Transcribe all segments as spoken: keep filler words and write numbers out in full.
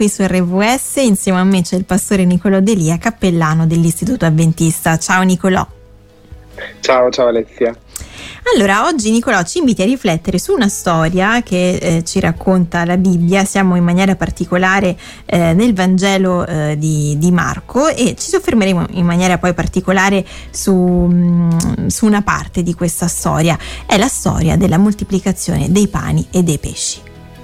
qui su R V S. Insieme a me c'è il pastore Nicolò Delia, cappellano dell'Istituto Adventista. Ciao Nicolò. Ciao, ciao Alessia. Allora, oggi Nicolò ci inviti a riflettere su una storia che eh, ci racconta la Bibbia. Siamo in maniera particolare eh, nel Vangelo eh, di, di Marco, e ci soffermeremo in maniera poi particolare su, mh, su una parte di questa storia. È la storia della moltiplicazione dei pani e dei pesci.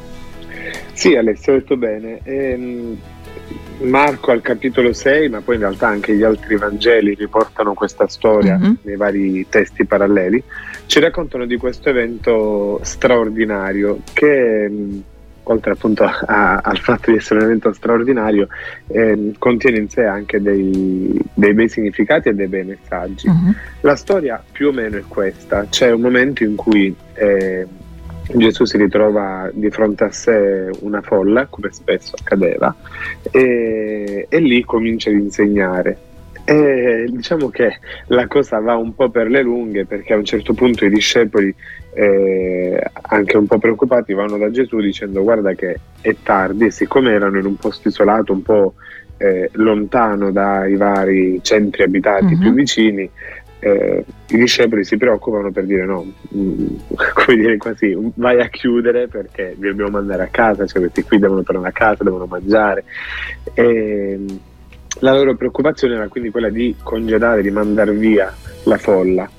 Sì, Alessia, hai detto bene. Ehm, Marco al capitolo sei, ma poi in realtà anche gli altri Vangeli riportano questa storia mm-hmm. nei vari testi paralleli, ci raccontano di questo evento straordinario che, mh, oltre appunto a, al fatto di essere un evento straordinario, eh, contiene in sé anche dei, dei bei significati e dei bei messaggi. Mm-hmm. La storia più o meno è questa: c'è un momento in cui eh, Gesù si ritrova di fronte a sé una folla, come spesso accadeva, e, e lì comincia ad insegnare. E diciamo che la cosa va un po' per le lunghe, perché a un certo punto i discepoli, eh, anche un po' preoccupati, vanno da Gesù dicendo: guarda che è tardi, e siccome erano in un posto isolato, un po' eh, lontano dai vari centri abitati mm-hmm. più vicini, Eh, i discepoli si preoccupano per dire no, mh, come dire quasi, vai a chiudere perché vi dobbiamo mandare a casa, cioè questi qui devono tornare a casa, devono mangiare. E la loro preoccupazione era quindi quella di congedare, di mandare via la folla.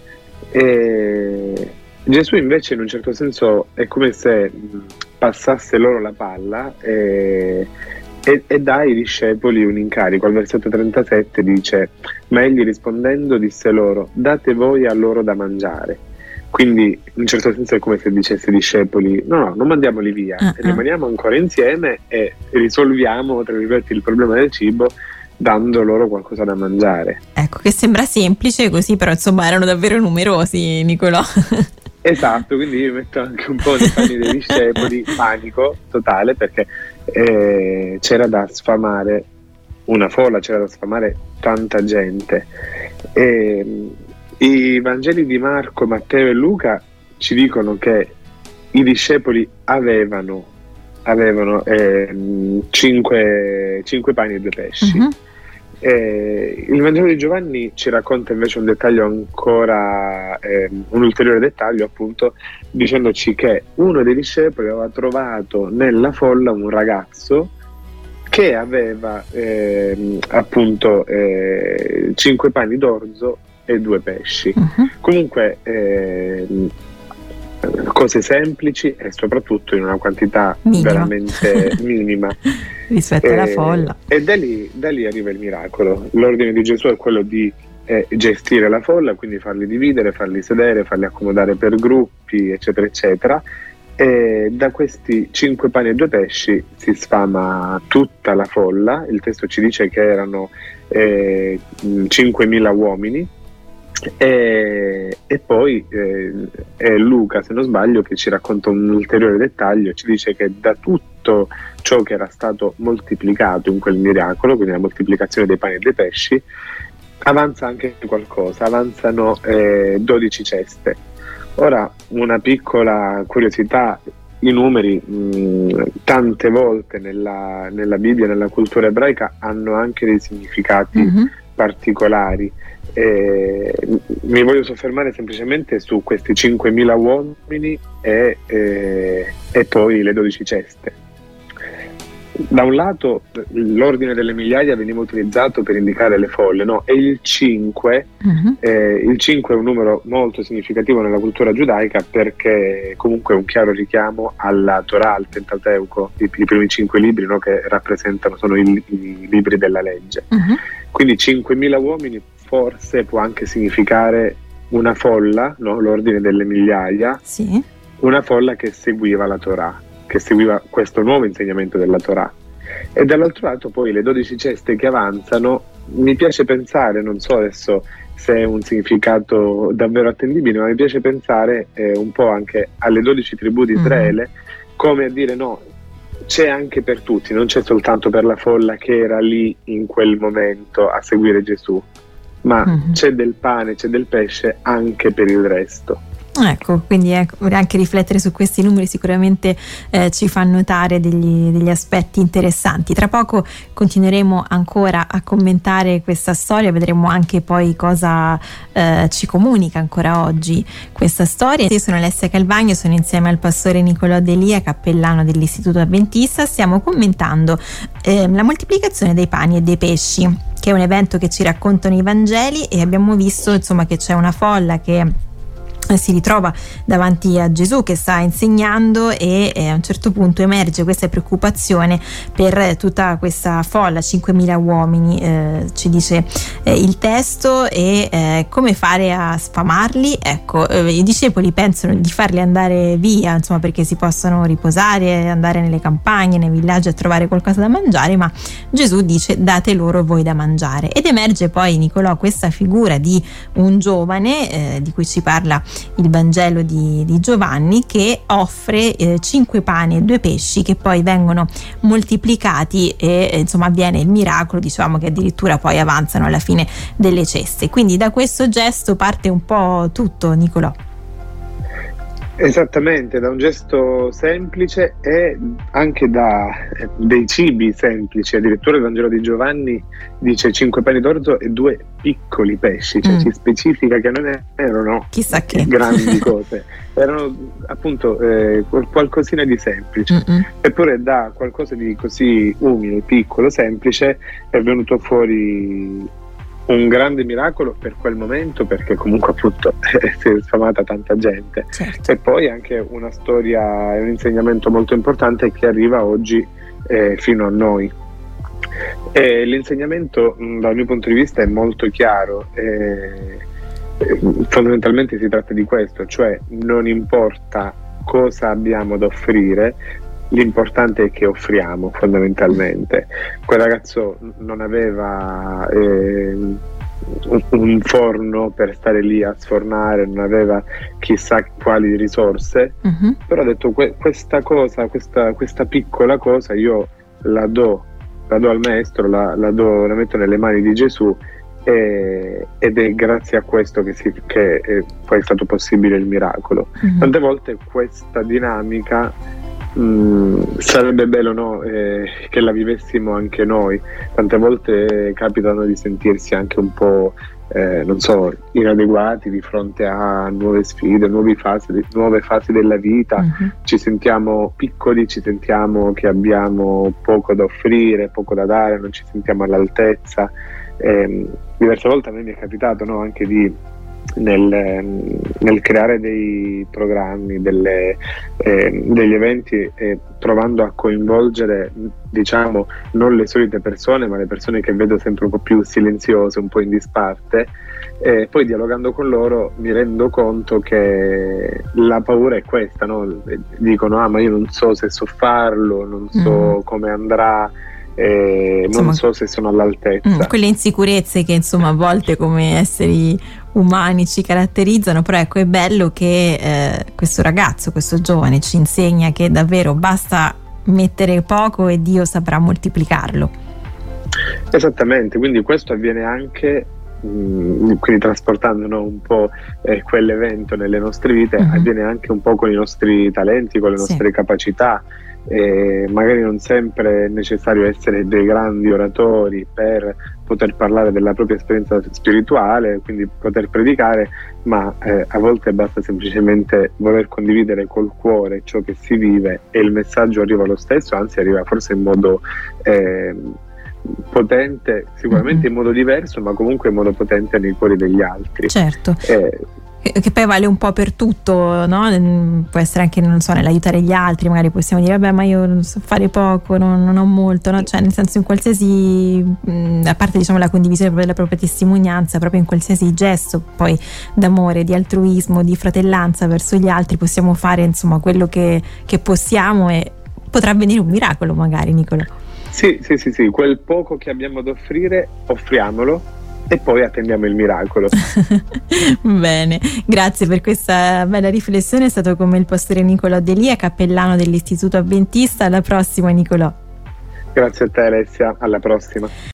E Gesù invece in un certo senso è come se mh, passasse loro la palla e E, e dà ai discepoli un incarico. Al versetto trentasette dice: ma egli rispondendo disse loro: date voi a loro da mangiare. Quindi in un certo senso è come se dicesse ai discepoli: no no, non mandiamoli via, uh-huh. rimaniamo ancora insieme e risolviamo, tra virgolette, il problema del cibo dando loro qualcosa da mangiare. Ecco, che sembra semplice così, però insomma erano davvero numerosi, Nicolò. Esatto, quindi io metto anche un po' nei panni dei discepoli, panico totale, perché eh, c'era da sfamare una folla, c'era da sfamare tanta gente. E, i Vangeli di Marco, Matteo e Luca ci dicono che i discepoli avevano, avevano eh, cinque, cinque pani e due pesci. Uh-huh. Eh, il Vangelo di Giovanni ci racconta invece un dettaglio ancora, eh, un ulteriore dettaglio, appunto, dicendoci che uno dei discepoli aveva trovato nella folla un ragazzo che aveva eh, appunto eh, cinque pani d'orzo e due pesci. Uh-huh. Comunque eh, cose semplici e soprattutto in una quantità minima. veramente minima rispetto alla folla, e da lì, da lì arriva il miracolo. L'ordine di Gesù è quello di eh, gestire la folla, quindi farli dividere, farli sedere, farli accomodare per gruppi, eccetera eccetera, e da questi cinque pani e due pesci si sfama tutta la folla. Il testo ci dice che erano eh, cinquemila uomini. E, e poi eh, è Luca, se non sbaglio, che ci racconta un ulteriore dettaglio. Ci dice che da tutto ciò che era stato moltiplicato in quel miracolo, quindi la moltiplicazione dei pani e dei pesci, avanza anche qualcosa, avanzano eh, dodici ceste. Ora, una piccola curiosità: i numeri mh, tante volte nella, nella Bibbia, nella cultura ebraica, hanno anche dei significati mm-hmm. particolari. Eh, mi voglio soffermare semplicemente su questi cinquemila uomini e, eh, e poi le dodici ceste. Da un lato l'ordine delle migliaia veniva utilizzato per indicare le folle, no? E il cinque, uh-huh. eh, il cinque è un numero molto significativo nella cultura giudaica, perché comunque è un chiaro richiamo alla Torah, al Pentateuco, i, i primi cinque libri, no? Che rappresentano, sono i, i libri della legge. Uh-huh. Quindi cinquemila uomini forse può anche significare una folla, no? L'ordine delle migliaia, sì. Una folla che seguiva la Torah, che seguiva questo nuovo insegnamento della Torah. E dall'altro lato poi le dodici ceste che avanzano, mi piace pensare, non so adesso se è un significato davvero attendibile, ma mi piace pensare eh, un po' anche alle dodici tribù di Israele, mm. come a dire no, c'è anche per tutti, non c'è soltanto per la folla che era lì in quel momento a seguire Gesù, ma mm-hmm. c'è del pane, c'è del pesce anche per il resto. Ecco, quindi ecco, anche riflettere su questi numeri sicuramente eh, ci fa notare degli, degli aspetti interessanti. Tra poco continueremo ancora a commentare questa storia, vedremo anche poi cosa eh, ci comunica ancora oggi questa storia. Io sono Alessia Calvagno, sono insieme al pastore Nicolò Delia, cappellano dell'Istituto Adventista. Stiamo commentando eh, la moltiplicazione dei pani e dei pesci, che è un evento che ci raccontano i Vangeli, e abbiamo visto insomma che c'è una folla che si ritrova davanti a Gesù che sta insegnando, e eh, a un certo punto emerge questa preoccupazione per tutta questa folla, cinquemila uomini, eh, ci dice eh, il testo, e eh, come fare a sfamarli? Ecco, eh, i discepoli pensano di farli andare via, insomma, perché si possono riposare, andare nelle campagne, nei villaggi a trovare qualcosa da mangiare, ma Gesù dice: date loro voi da mangiare. Ed emerge poi, Nicolò, questa figura di un giovane eh, di cui ci parla il Vangelo di, di Giovanni, che offre eh, cinque pani e due pesci, che poi vengono moltiplicati, e eh, insomma avviene il miracolo, diciamo che addirittura poi avanzano alla fine delle ceste. Quindi da questo gesto parte un po' tutto, Nicolò. Esattamente, da un gesto semplice e anche da dei cibi semplici. Addirittura il Vangelo di Giovanni dice cinque pani d'orzo e due piccoli pesci, cioè mm. ci specifica che non erano chissà che grandi cose, erano appunto eh, qualcosina di semplice. Mm-mm. Eppure da qualcosa di così umile, piccolo, semplice è venuto fuori un grande miracolo per quel momento, perché comunque appunto si è sfamata tanta gente. Certo. E poi anche una storia e un insegnamento molto importante che arriva oggi eh, fino a noi. E l'insegnamento mh, dal mio punto di vista è molto chiaro. Eh, eh, fondamentalmente si tratta di questo, cioè non importa cosa abbiamo da offrire, l'importante è che offriamo, fondamentalmente. Quel ragazzo non aveva eh, un forno per stare lì a sfornare, non aveva chissà quali risorse, uh-huh. però ha detto: que- questa cosa, questa, questa piccola cosa io la do, la do al maestro, la, la, do, la metto nelle mani di Gesù, e, ed è grazie a questo che, si, che è, poi è stato possibile il miracolo. Uh-huh. Tante volte questa dinamica Mm, sarebbe bello, no? eh, che la vivessimo anche noi. Tante volte capitano di sentirsi anche un po' eh, non so, inadeguati di fronte a nuove sfide, nuove fasi, nuove fasi della vita. Uh-huh. Ci sentiamo piccoli, ci sentiamo che abbiamo poco da offrire, poco da dare, non ci sentiamo all'altezza. Eh, diverse volte a me mi è capitato, no, anche di Nel, nel creare dei programmi, delle, eh, degli eventi, eh, provando a coinvolgere, diciamo, non le solite persone, ma le persone che vedo sempre un po' più silenziose, un po' in disparte, e poi dialogando con loro mi rendo conto che la paura è questa, no? Dicono: ah, ma io non so se so farlo, non so mm. come andrà, eh, insomma, non so se sono all'altezza. Mm, quelle insicurezze che insomma a volte come esseri umani ci caratterizzano. Però ecco, è bello che eh, questo ragazzo, questo giovane ci insegna che davvero basta mettere poco e Dio saprà moltiplicarlo. Esattamente, quindi questo avviene anche mh, quindi trasportando, no, un po' eh, quell'evento nelle nostre vite, mm-hmm. avviene anche un po' con i nostri talenti, con le nostre sì. capacità. E magari non sempre è necessario essere dei grandi oratori per poter parlare della propria esperienza spirituale, quindi poter predicare, ma eh, a volte basta semplicemente voler condividere col cuore ciò che si vive e il messaggio arriva lo stesso, anzi arriva forse in modo eh, potente, sicuramente mm-hmm. in modo diverso, ma comunque in modo potente nei cuori degli altri. Certo. Eh, che poi vale un po' per tutto, no? Può essere anche, non so, nell'aiutare gli altri, magari possiamo dire: vabbè, ma io non so fare poco, non, non ho molto, no? Cioè, nel senso, in qualsiasi, a parte diciamo la condivisione della propria testimonianza, proprio in qualsiasi gesto poi d'amore, di altruismo, di fratellanza verso gli altri, possiamo fare insomma quello che, che possiamo, e potrà avvenire un miracolo magari, Nicolò. Sì, sì, sì, sì, quel poco che abbiamo da offrire, offriamolo e poi attendiamo il miracolo. Bene, grazie per questa bella riflessione. È stato con me il pastore Nicolò Delia, cappellano dell'Istituto Adventista. Alla prossima, Nicolò. Grazie a te, Alessia, alla prossima.